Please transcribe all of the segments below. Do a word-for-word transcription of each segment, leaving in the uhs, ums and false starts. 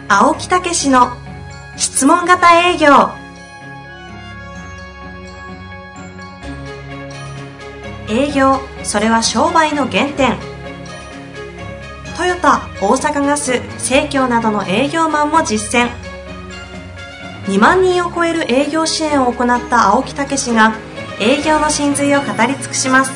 青木武氏の質問型営業。営業、それは商売の原点。トヨタ、大阪ガス、生協などの営業マンも実践。にまんにんを超える営業支援を行った青木武氏が営業の真髄を語り尽くします。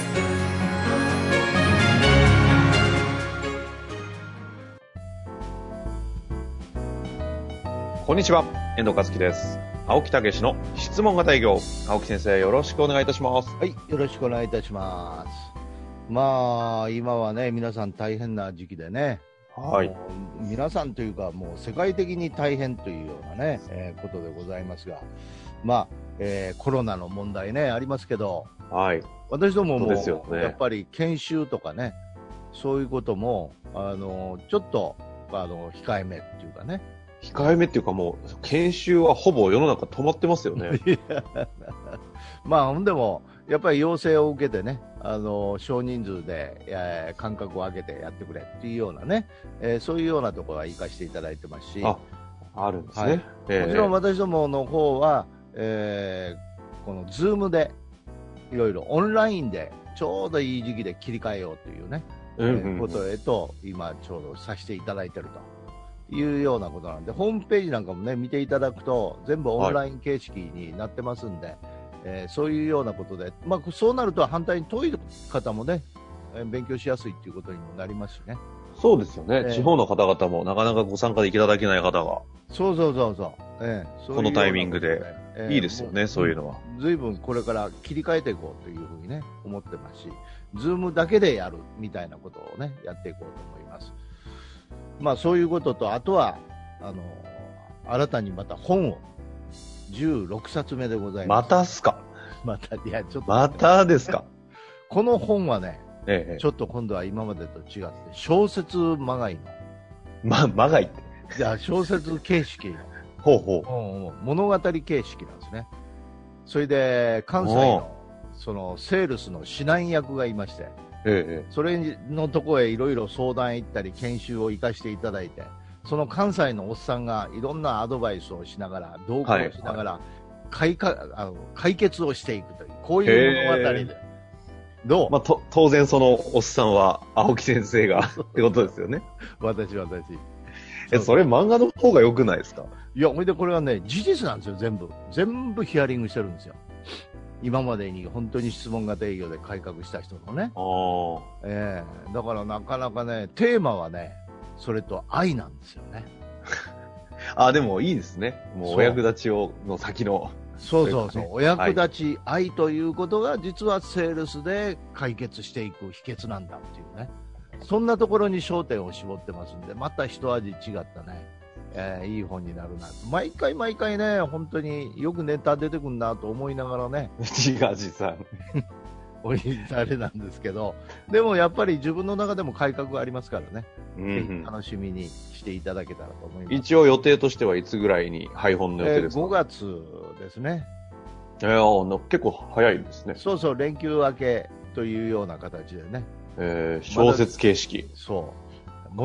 こんにちは、遠藤和樹です。青木武の質問型営業。青木先生、よろしくお願いいたします。 はい、よろしくお願いいたします。まあ今はね、皆さん大変な時期でね、 はい、 皆さんというかもう世界的に大変というようなね、えー、ことでございますが、まあ、えー、コロナの問題ねありますけど、 はい、 私どももそうですよね、 やっぱり研修とかね、そういうこともあのちょっとあの控えめっていうかね。 控えめっていうか、もう研修はほぼ世の中止まってますよね。 まあほんでもやっぱり要請を受けてね、あの少人数で、えー、間隔を空けてやってくれっていうようなね、えー、そういうようなところは活かしていただいてますし、 あ、あるんですね、はい、 えー、もちろん私どもの方は、えー、このズームでいろいろオンラインでちょうどいい時期で切り替えようというね、うんうんうん、えー、ことへと今ちょうどさせていただいているというようなことなんで、ホームページなんかもね見ていただくと全部オンライン形式になってますんで、はい、えー、そういうようなことで、まあ、そうなると反対に遠い方もね、えー、勉強しやすいということにもなりますしね。 そうですよね、えー、地方の方々もなかなかご参加いただけない方が、 そうそうそうそう、えー、そういうようなことでこのタイミングで、えー、いいですよね、そういうのは。 ずいぶんこれから切り替えていこうというふうにね思ってますし、ズームだけでやるみたいなことをねやっていこうと思います。まあそういうことと、あとはあの新たにまた本をじゅうろくさつめでございます。 またっすか。 また、いや、ちょっと。 またですか。 この本はね、 ええ、ちょっと今度は今までと違って、小説まがいの。 ま、まがいって。 じゃあ、小説形式の。 ほうほう。物語形式なんですね。それで、関西の、その、セールスの指南役がいまして、 ええ、 それのとこへいろいろ相談行ったり、研修を生かしていただいて、その関西のおっさんがいろんなアドバイスをしながら、同行しながら、はい解, かあの解決をしていくという、こういう物語で。どう、 まあ、と当然そのおっさんは青木先生がってことですよね。 私、私。 え、それ漫画の方が良くないですか？ いや、ほいでこれはね、事実なんですよ、全部。全部ヒアリングしてるんですよ。今までに本当に質問型営業で改革した人のね。 あ、 えー、だからなかなかね、テーマはね、それと愛なんですよね。 あ、でもいいですね。もうお役立ちをの先の。 そうそうそう、ね、お役立ち、はい、愛ということが実はセールスで解決していく秘訣なんだっていうね、そんなところに焦点を絞ってますんで、また一味違ったね、えー、いい本になるなと。毎回毎回ね、本当によくネタ出てくるなと思いながらね、 自画自賛おいあれなんですけど、でもやっぱり自分の中でも改革がありますからね、うんうん、楽しみにしていただけたらと思います。 一応予定としてはいつぐらいに配本の予定ですか？ えー、ごがつですね。 えー、結構早いですね。 そうそう、連休明けというような形でね。 えー、小説形式。 そう。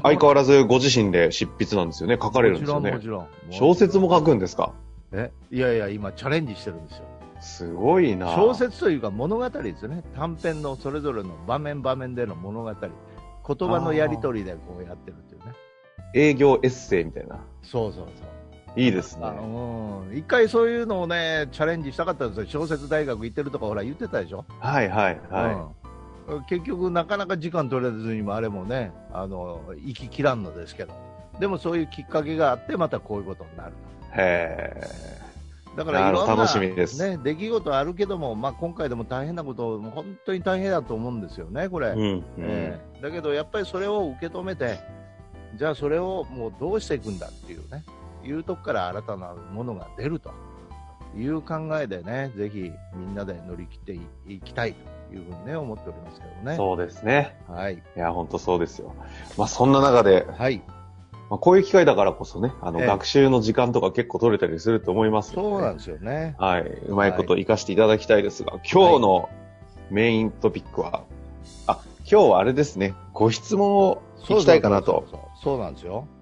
相変わらずご自身で執筆なんですよね。書かれるんですよね。 もちろん、もちろん。 小説も書くんですか？ え、いやいや、今チャレンジしてるんですよ。 すごいな。 小説というか物語ですよね。短編のそれぞれの場面場面での物語。言葉のやり取りでこうやってるっていうね。 営業エッセイみたいな。 そうそうそう。 いいですね。 うん。一回そういうのをね、チャレンジしたかったんですよ。小説大学行ってるとかほら言ってたでしょ。 はいはいはい。うん、結局なかなか時間取れずにもあれもね、あの、行ききらんのですけど。でもそういうきっかけがあってまたこういうことになると。 へー。 だからいろんな、 楽しみです、 ね、出来事あるけども、まあ、今回でも大変なことを本当に大変だと思うんですよね、これ、うんうん、えー、だけどやっぱりそれを受け止めて、じゃあそれをもうどうしていくんだっていうね、いうとこから新たなものが出るという考えでね、ぜひみんなで乗り切っていきたいというふうにね思っておりますけどね。 そうですね。 はい。 いや本当そうですよ。まあそんな中で、 はい。 まあ、こういう機会だからこそね、あの、学習の時間とか結構取れたりすると思いますので、ね。 そうなんですよね。 はい。うまいこと活かしていただきたいですが、はい、今日のメイントピックは、あ、今日はあれですね、ご質問を聞きたいかなと。 そうそうそうそう。そうなんですよ。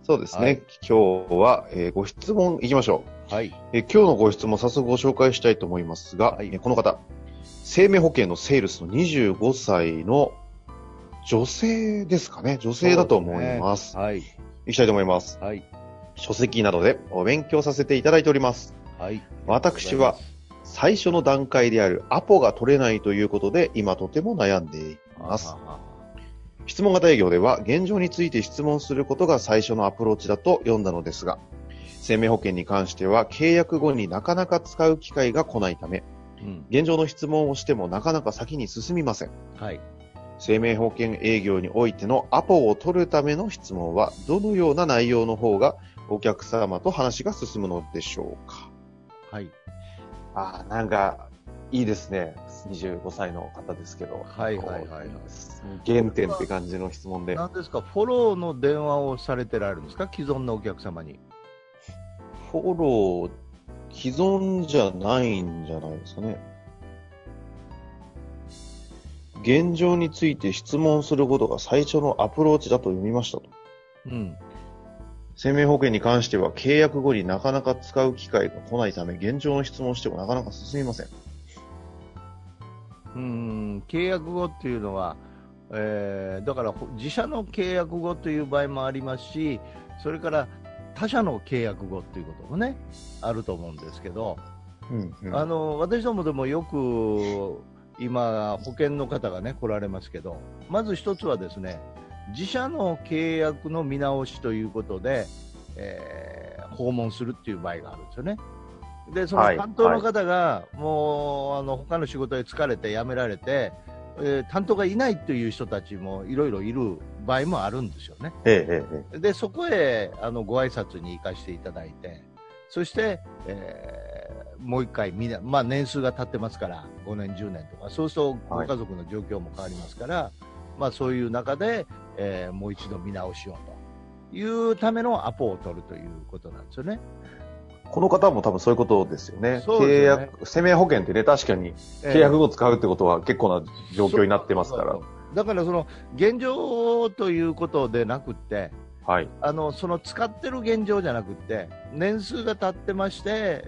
そうですね。 はい、 今日は、えー、ご質問いきましょう。 はい。 えー、今日のご質問早速ご紹介したいと思いますが、はい、えー、この方、生命保険のセールスのにじゅうごさいの女性ですかね。女性だと思います。 ね、はい。 いきたいと思います。 はい。 書籍などでお勉強させていただいております。 はい。 私は最初の段階であるアポが取れないということで今とても悩んでいます。質問型営業では現状について質問することが最初のアプローチだと読んだのですが、生命保険に関しては契約後になかなか使う機会が来ないため、うん、現状の質問をしてもなかなか先に進みません。はい。生命保険営業においてのアポを取るための質問はどのような内容の方がお客様と話が進むのでしょうか。はい。ああ、なんかいいですね。にじゅうごさいの方ですけど。はいはいはい、はい。原点って感じの質問で。 何ですか、フォローの電話をされてられるんですか、既存のお客様に。 フォロー、既存じゃないんじゃないですかね。現状について質問することが最初のアプローチだと読みましたと。うん。生命保険に関しては契約後になかなか使う機会が来ないため、現状の質問をしてもなかなか進みません。 うーん、契約後っていうのは、えー、だから自社の契約後という場合もありますし、それから他社の契約後っていうこともね、あると思うんですけど、うんうん、あの私どもでもよく今保険の方がね来られますけど、まず一つはですね、自社の契約の見直しということで、えー、訪問するっていう場合があるんですよね。で、その担当の方が、はい、もうあの他の仕事で疲れて辞められて、えー、担当がいないという人たちもいろいろいる場合もあるんですよね。ええ、でそこへあのご挨拶に行かせていただいて、そして、えー、もう一回みな、まあ、年数が経ってますからごねんじゅうねんとか、そうするとご家族の状況も変わりますから、はい、まあ、そういう中で、えー、もう一度見直しをというためのアポを取るということなんですよね。 この方も多分そういうことですよね。そうですよね。契約、生命保険ってね、確かに契約後使うってことは結構な状況になってますから。えー、そうそうそう。 だからその現状ということでなくって、はい、あのその使ってる現状じゃなくって年数が経ってまして、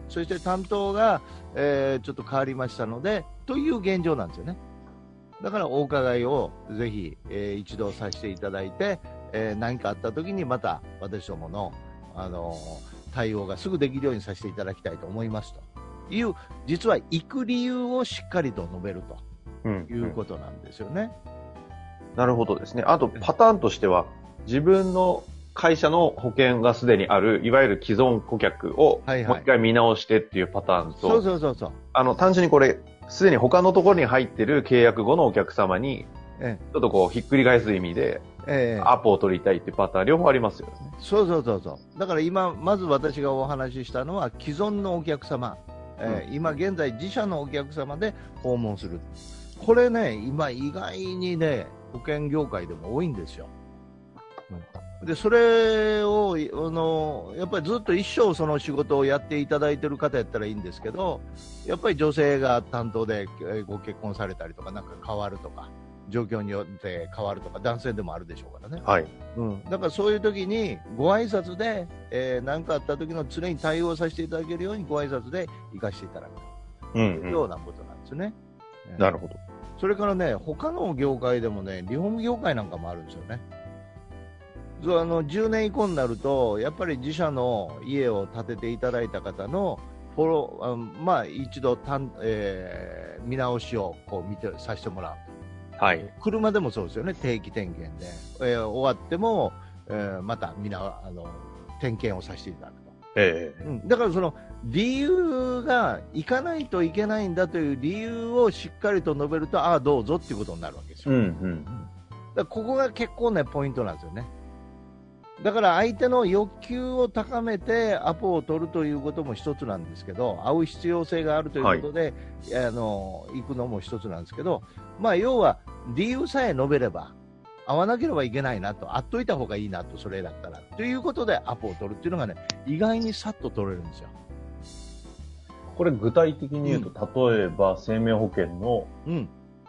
そして担当が、えー、ちょっと変わりましたのでという現状なんですよね。だからお伺いをぜひ、えー、一度させていただいて、えー、何かあった時にまた私どもの、あのー対応がすぐできるようにさせていただきたいと思いますという、実は行く理由をしっかりと述べるということなんですよね。うんうん、 なるほどですね。あとパターンとしては、自分の会社の保険がすでにあるいわゆる既存顧客をもう一回見直してっていうパターンと、はいはい、そうそうそうそう、あの単純にこれすでに他のところに入ってる契約後のお客様にちょっとこうひっくり返す意味で、えー、アポを取りたいっていうパターン両方ありますよね。 そうそうそうそう。だから今まず私がお話ししたのは既存のお客様、えーうん、今現在自社のお客様で訪問する。これね、今意外にね保険業界でも多いんですよ。うん、でそれをあのやっぱりずっと一生その仕事をやっていただいている方やったらいいんですけど、やっぱり女性が担当でご結婚されたりとかなんか変わるとか。状況によって変わるとか男性でもあるでしょうからね、はい、うん、だからそういう時にご挨拶で何、えー、かあった時の常に対応させていただけるようにご挨拶で行かせていただくというようなことなんですね。 うんうん、なるほど。 それからね、他の業界でもね、リフォーム業界なんかもあるんですよね。そうあのじゅうねん以降になるとやっぱり自社の家を建てていただいた方のフォロー、あまあ、一度たん、えー、見直しをこう見てさせてもらう。はい、車でもそうですよね。定期点検で、えー、終わっても、えー、またみんなあの点検をさせていただくと、えーうん、だからその理由が行かないといけないんだという理由をしっかりと述べると、ああどうぞっていうことになるわけですよ、うんうん、だからここが結構ねポイントなんですよね。だから相手の欲求を高めてアポを取るということも一つなんですけど、会う必要性があるということで、はい、あの行くのも一つなんですけど、まあ、要は理由さえ述べれば会わなければいけないなと、会っといた方がいいなと、それだったらということでアポを取るっていうのがね、意外にさっと取れるんですよ。 これ具体的に言うと、うん、例えば生命保険の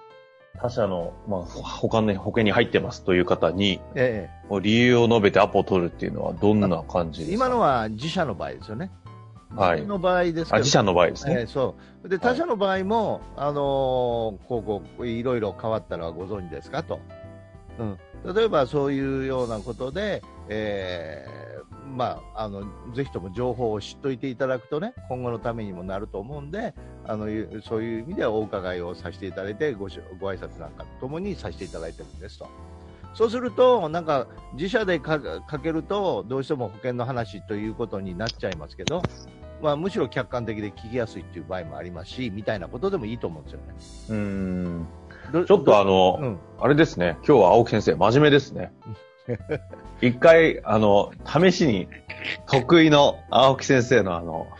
他社の、まあ、他の保険に入ってますという方に、 ええ、理由を述べてアポを取るっていうのはどんな感じですか？ 今のは自社の場合ですよね。 はい。 自社の場合ですけど。 あ、自社の場合ですね。 えー、そう。で、他社の場合も、はい、あのー、こう、こう、いろいろ変わったらご存知ですかと。うん。例えばそういうようなことで、えー、まあ、あの、ぜひとも情報を知っといていただくとね、今後のためにもなると思うんで、あの、そういう意味ではお伺いをさせていただいて、ご、ご挨拶なんかともにさせていただいてるんですと。そうすると、なんか、自社でかけると、どうしても保険の話ということになっちゃいますけど、まあ、むしろ客観的で聞きやすいっていう場合もありますし、みたいなことでもいいと思うんですよね。 うーん。ちょっとあの、うん、あれですね、今日は青木先生、真面目ですね。一回、あの、試しに、得意の青木先生のあの、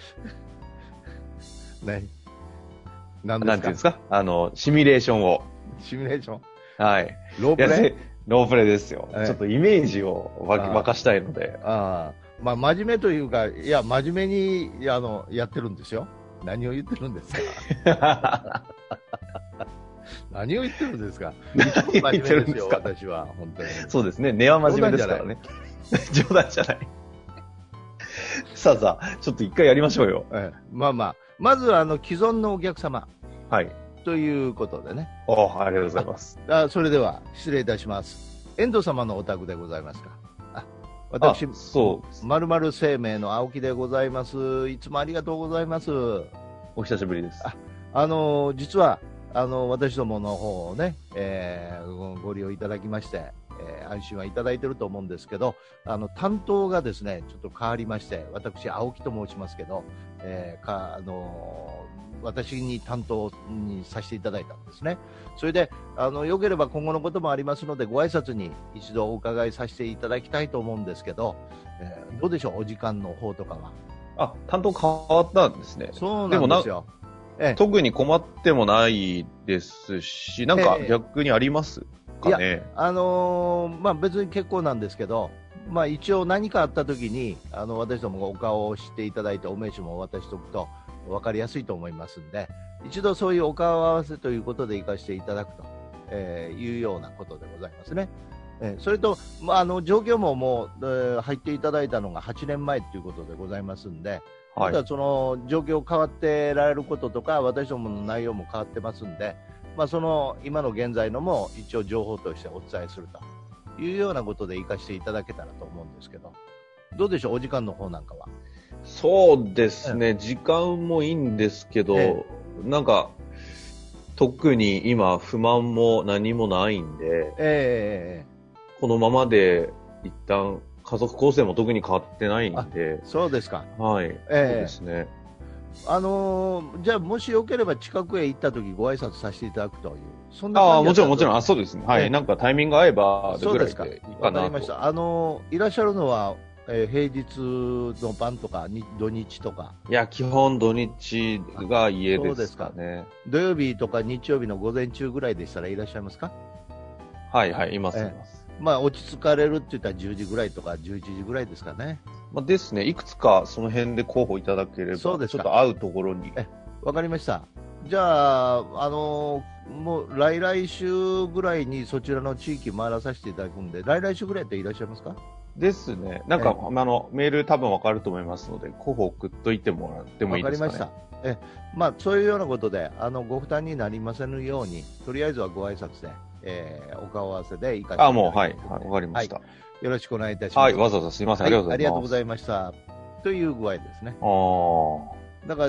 ね、 なんていうんですか、あの、シミュレーションを。 シミュレーションはい。 ロープレイロープレイですよ。ちょっとイメージを沸かしたいので。 ああ。まあ、真面目というか、いや、真面目に、あの、やってるんですよ。何を言ってるんですか何を言ってるんですか何を言ってるんですか私は、本当に。 そうですね。根は真面目ですからね。冗談じゃない。さあさあ、ちょっと一回やりましょうよ。 ええ、まあまあ、まずは、あの、既存のお客様。 はい。 ということでね。 おありがとうございます。 あそれでは、失礼いたします。遠藤様のお宅でございますか。あ私、 そう。 まるまる生命の青木でございます。いつもありがとうございます。 お久しぶりです。 あ、あの、実は、あの、私どもの方をね、えー、ご, ご利用いただきまして、えー、安心はいただいてると思うんですけど、あの、担当がですね、ちょっと変わりまして、私、青木と申しますけど、えー、か、あのー、私に担当にさせていただいたんですね。それで、あの、良ければ今後のこともありますので、ご挨拶に一度お伺いさせていただきたいと思うんですけど、えー、どうでしょう、お時間の方とかは。 あ、担当変わったんですね。 そうなんですよ。 ええ、特に困ってもないですし、なんか逆にありますかね。 ええ、いや、あのー、まあ、別に結構なんですけど、まあ、一応何かあった時に、あの、私どもがお顔を知っていただいて、お名刺もお渡ししておくと、分かりやすいと思いますんで、一度そういうお顔合わせということで行かせていただくと、えー、いうようなことでございますね。えー、それと、まあ、あの、状況ももう、えー、入っていただいたのがはちねんまえということでございますんで、はい、またその状況変わってられることとか、私どもの内容も変わってますんで、まあ、その今の現在のも一応情報としてお伝えするというようなことで活かしていただけたらと思うんですけど、どうでしょう、お時間の方なんかは。 そうですね、うん、時間もいいんですけど、ええ、なんか特に今不満も何もないんで、ええ、このままで一旦家族構成も特に変わってないんで。 そうですか。 はい。ええ、そうですね。 あのー、じゃあもしよければ近くへ行った時ご挨拶させていただくという。 そんな感じ。ああ、もちろんもちろん。あ、そうですね。はい。ええ、なんかタイミング合えば、 そうですか。わかりました。あのー、いらっしゃるのは、えー、平日の晩とかに土日とか。 いや、基本土日が家ですかね。そうですか。 土曜日とか日曜日の午前中ぐらいでしたらいらっしゃいますか？ はいはい、います、います。 まあ、落ち着かれるって言ったらじゅうじぐらいとかじゅういちじぐらいですかね。 まあ、ですね。いくつかその辺で候補いただければ、そうですか。ちょっと会うところに。 え、わかりました。じゃあ、あのー、もう来来週ぐらいにそちらの地域回らさせていただくんで、来来週ぐらいっていらっしゃいますか？ ですね。なんか、あの、メール多分わかると思いますので、候補送っといてもらってもいいですかね。わかりました。 え、まあ、そういうようなことで、あの、ご負担になりませんように、とりあえずはご挨拶で、えー、お顔合わせでいかせていただきます。 あ、もう、はい。わ、はい、かりました、はい。 よろしくお願いいたします。 はい、わざわざすいません。はい、ありがとうございます。 ありがとうございました。という具合ですね。ああ。だから、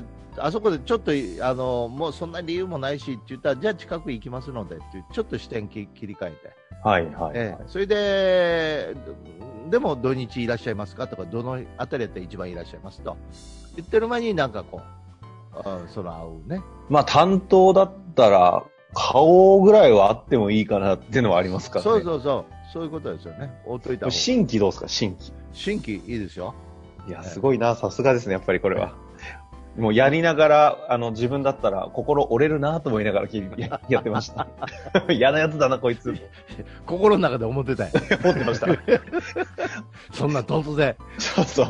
あそこでちょっと、あの、もうそんな理由もないしって言ったら、じゃあ近く行きますのでっていう、ちょっと視点切り替えて。 はい、はい。 えー、それで、でも土日いらっしゃいますかとか、どのあたりだったら一番いらっしゃいますと言ってる間になんかこう、あその合うね。 まあ担当だったら、顔ぐらいはあってもいいかなっていうのはありますからね。 そうそうそう。そういうことですよね。置いといた方が。 新規どうですか、新規。 新規いいですよ。 いや、すごいな。さすがですね、やっぱりこれは。もうやりながら、あの、自分だったら心折れるなと思いながらや, やってました。嫌なやつだな、こいつ。 心の中で思ってたよ。 思ってました。 そんな突然。 そうそう。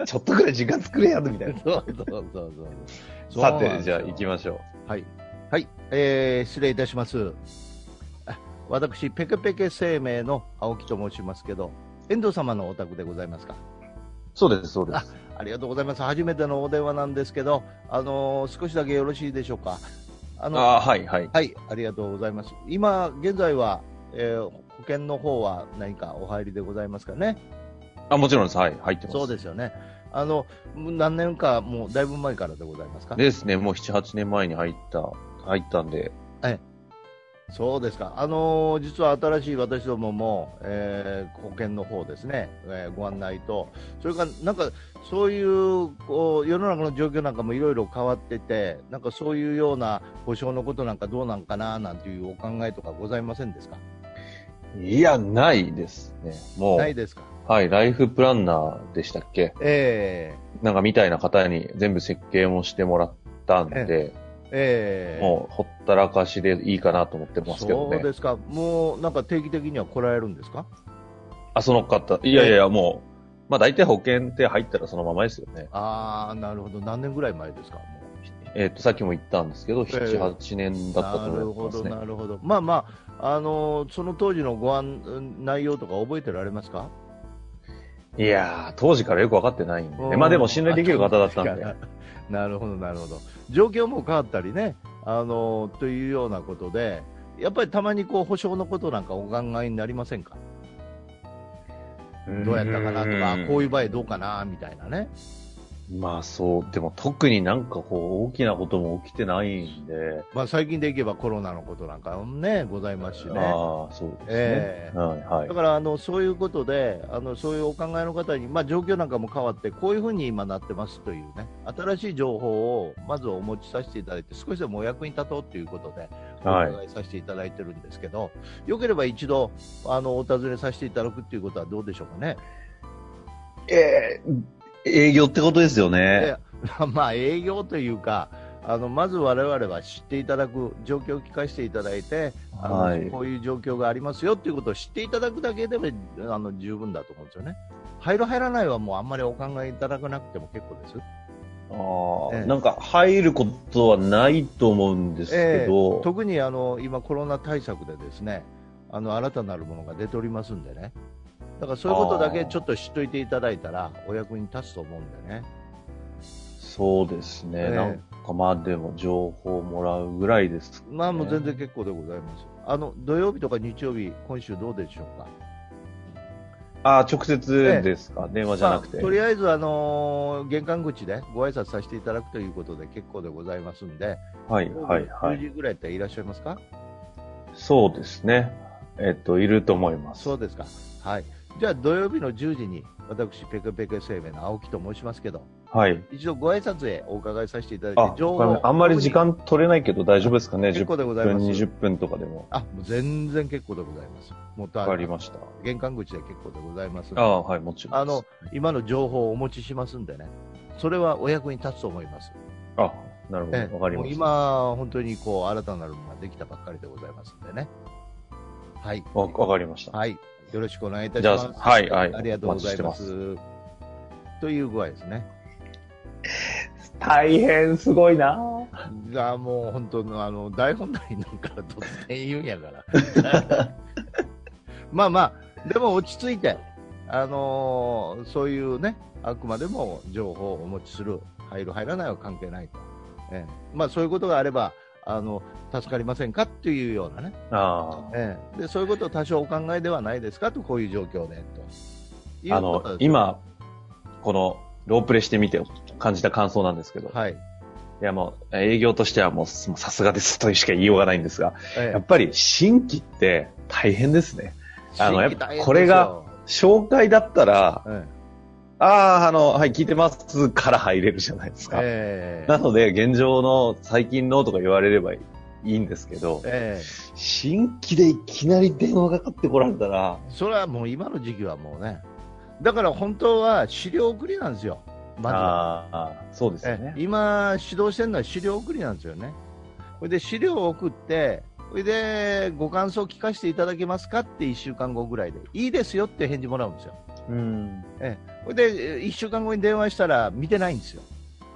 ちょっとくらい時間作れやるみたいな。 そうそうそうそう。 さて、じゃあ行きましょう。はい。 はい、えー、失礼いたします。私、ペケペケ生命の青木と申しますけど、遠藤様のお宅でございますか？ そうです、そうです。 あ、ありがとうございます。初めてのお電話なんですけど、あのー、少しだけよろしいでしょうか？あのあ、はい、はい。 はい、ありがとうございます。今、現在は、えー、保険の方は何かお入りでございますかね？ あ、もちろんです。はい、入ってます。 そうですよね。あの、何年か、もうだいぶ前からでございますか？ ですね、もうなな、はちねんまえに入った、入ったんで。 ええ。そうですか。あのー、実は新しい私どもも、えー、保険の方ですね、えー、ご案内と、それからなんかそういうこう世の中の状況なんかもいろいろ変わってて、なんかそういうような保証のことなんかどうなんかななんていうお考えとかございませんですか？ いや、ないですね。もう。 ないですか？ はい、ライフプランナーでしたっけ？ ええー。なんかみたいな方に全部設計もしてもらったんで、えーええー、 もうほったらかしでいいかなと思ってますけどね。 そうですか。もうなんか定期的には来られるんですか？ あ、その方。いやいやいや、もう、まあ大体保険って入ったらそのままですよね。 ああ、なるほど。何年ぐらい前ですか？もうえっ、ー、と、さっきも言ったんですけど、なな、はちねんだったと思いますね。 なるほど、なるほど。まあまあ、あのー、その当時のご案、内容とか覚えてられますか？ いやー、当時からよく分かってないんでね。まあでも信頼できる方だったんで。 なるほど、なるほど。状況も変わったりね、あのー、というようなことで、やっぱりたまにこう保証のことなんかお考えになりませんか？どうやったかなとか、こういう場合どうかなみたいなね。 まあそう、でも特になんかこう大きなことも起きてないんで。 まあ最近でいけばコロナのことなんかもね、ございますしね。 ああ、そうですね。えー、はいはい。 だからあのそういうことで、あのそういうお考えの方に、まあ状況なんかも変わって、こういうふうに今なってますというね、新しい情報をまずお持ちさせていただいて、少しでもお役に立とうということで、お伺いさせていただいてるんですけど、はい、よければ一度、あの、お尋ねさせていただくということはどうでしょうかね。 えー営業ってことですよね。 まあ営業というか、あのまず我々は知っていただく、状況を聞かせていただいて、あの、はい、こういう状況がありますよということを知っていただくだけでもあの十分だと思うんですよね。入る入らないはもうあんまりお考えいただかなくても結構です。 あ、ええ、なんか入ることはないと思うんですけど、 ええ、特にあの今コロナ対策でですね、あの新たなるものが出ておりますんでね。だからそういうことだけちょっと知っといていただいたらお役に立つと思うんでね。 そうですね。えー、なんかまあでも情報もらうぐらいです、ね。 まあもう全然結構でございます。あの土曜日とか日曜日今週どうでしょうか。 ああ、直接ですか、えー、電話じゃなくて。 まあ、とりあえずあのー、玄関口でご挨拶させていただくということで結構でございますんで。 はいはいはい。 じゅうじぐらいっていらっしゃいますか。 そうですね。えっといると思います。 そうですか。はい。じゃあ土曜日のじゅうじに私ペケペケ生命の青木と申しますけど、 はい、 一度ご挨拶へお伺いさせていただいて、情報あ、あんまり時間取れないけど大丈夫ですかね。 結構でございます。 じゅっぷんにじゅっぷんとかでも。 あ、もう全然結構でございます。 もわかりました。 玄関口で結構でございます。 ああ、はい、もちろん。 あの今の情報をお持ちしますんでね、それはお役に立つと思います。 あ、なるほど。わかりました。 今本当にこう新たなるものができたばっかりでございますんでね。はい。 わかりました。 はい。よろしくお願いいたします。 はい、はい。 ありがとうございます。という具合ですね。 大変すごいな。 いや、もう本当のあの台本内なんから突然言うんやから。まあまあ、でも落ち着いて、あのー、そういうね、あくまでも情報をお持ちする、入る入らないは関係ないと。ええ、まあそういうことがあれば、あの助かりませんかっていうようなね、 あ、 ええ、でそういうことを多少お考えではないですかと、こういう状況でというあの今、このロープレイしてみて感じた感想なんですけど、 はい、いやもう営業としてはもうさすがですとしか言いようがないんですが、ええ、やっぱり新規って大変ですね。あのやっぱこれが紹介だったら、ええ、ああ、あの、はい、聞いてますから入れるじゃないですか。えー、なので、現状の最近のとか言われればいいんですけど、えー、新規でいきなり電話がかかってこられたら。 それはもう今の時期はもうね。だから本当は資料送りなんですよ。まずは。 ああ、そうですよね。 今指導してるのは資料送りなんですよね。それで資料を送って、それでご感想聞かせていただけますかっていっしゅうかんごぐらいで、いいですよって返事もらうんですよ。 うん、 ええ、それでいっしゅうかんごに電話したら見てないんですよ。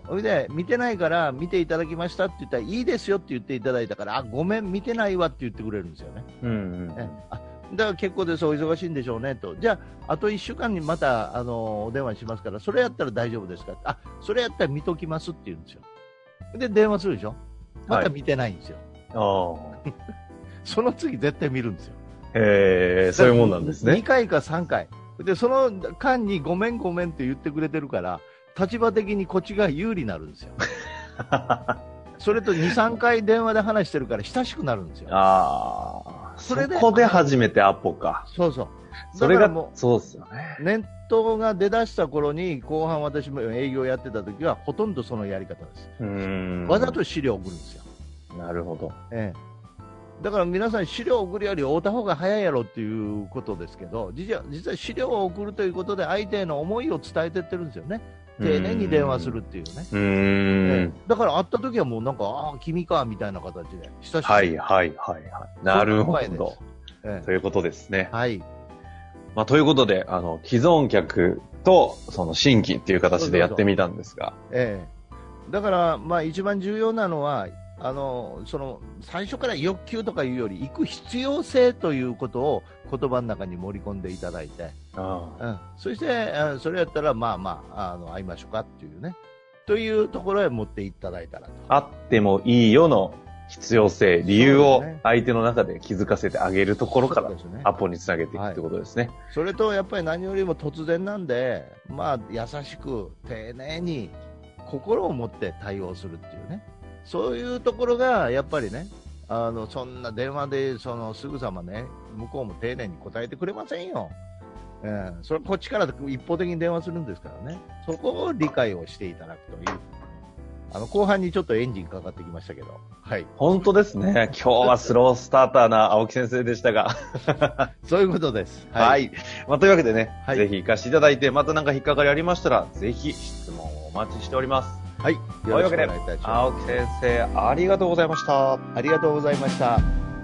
それで見てないから見ていただきましたって言ったらいいですよって言っていただいたから、あ、ごめん見てないわって言ってくれるんですよね。 うんうんえあだから結構です、お忙しいんでしょうねと、じゃああといっしゅうかんにまたあのお電話しますから、それやったら大丈夫ですか、あ、それやったら見ときますって言うんですよ。で電話するでしょ、また見てないんですよ。 はい、あその次絶対見るんですよ。 へえ、そういうもんなんですね。 にかいかさんかいで、その間にごめんごめんって言ってくれてるから、立場的にこっちが有利になるんですよ。それとに、さんかい電話で話してるから親しくなるんですよ。 ああ、それでそこで初めてアポか。 そうそう。 それがもう、そうですよね。 ネットが出だした頃に、後半私も営業やってた時は、ほとんどそのやり方です。 うーん。 わざと資料を送るんですよ。 なるほど。 ええ。だから皆さん資料を送るより会うた方が早いやろっていうことですけど、実は、実は資料を送るということで相手への思いを伝えてってるんですよね。丁寧に電話するっていうね。 うーん、 ええ、だから会った時はもうなんか、ああ、君か、みたいな形で親しく。 はいはいはいはい。なるほど。 ええ、 ということですね。 はい。 まあ、ということで、あの、既存客と、その新規っていう形でやってみたんですが。 ええ。だから、まあ一番重要なのは、あの、その、最初から欲求とかいうより、行く必要性ということを言葉の中に盛り込んでいただいて、 ああ、 うん、そして、それやったら、まあまあ、あの、会いましょうかっていうね、というところへ持っていただいたらと。 あってもいいよの必要性、理由を相手の中で気づかせてあげるところから、アポにつなげていくってことですね。 それと、やっぱり何よりも突然なんで、まあ、優しく、丁寧に、心を持って対応するっていうね。そういうところが、やっぱりね、あの、そんな電話で、その、すぐさまね、向こうも丁寧に答えてくれませんよ。えー、それこっちから一方的に電話するんですからね。そこを理解をしていただくという。あの、後半にちょっとエンジンかかってきましたけど。はい。 本当ですね。今日はスロースターターな青木先生でしたが。 そういうことです。 はい。はい、まあ、というわけでね、 はい、 ぜひ行かせていただいて、また何か引っかかりありましたら、ぜひ質問をお待ちしております。 はい。よろしくお願いいたします。 青木先生、ありがとうございました。 ありがとうございました。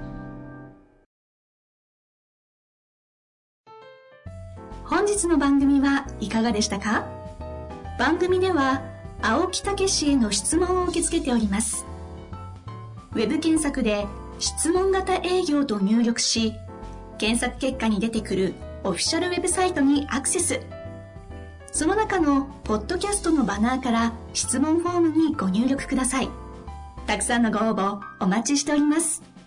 本日の番組はいかがでしたか？番組では青木武氏への質問を受け付けております。ウェブ検索で質問型営業と入力し、検索結果に出てくるオフィシャルウェブサイトにアクセス。その中のポッドキャストのバナーから質問フォームにご入力ください。たくさんのご応募お待ちしております。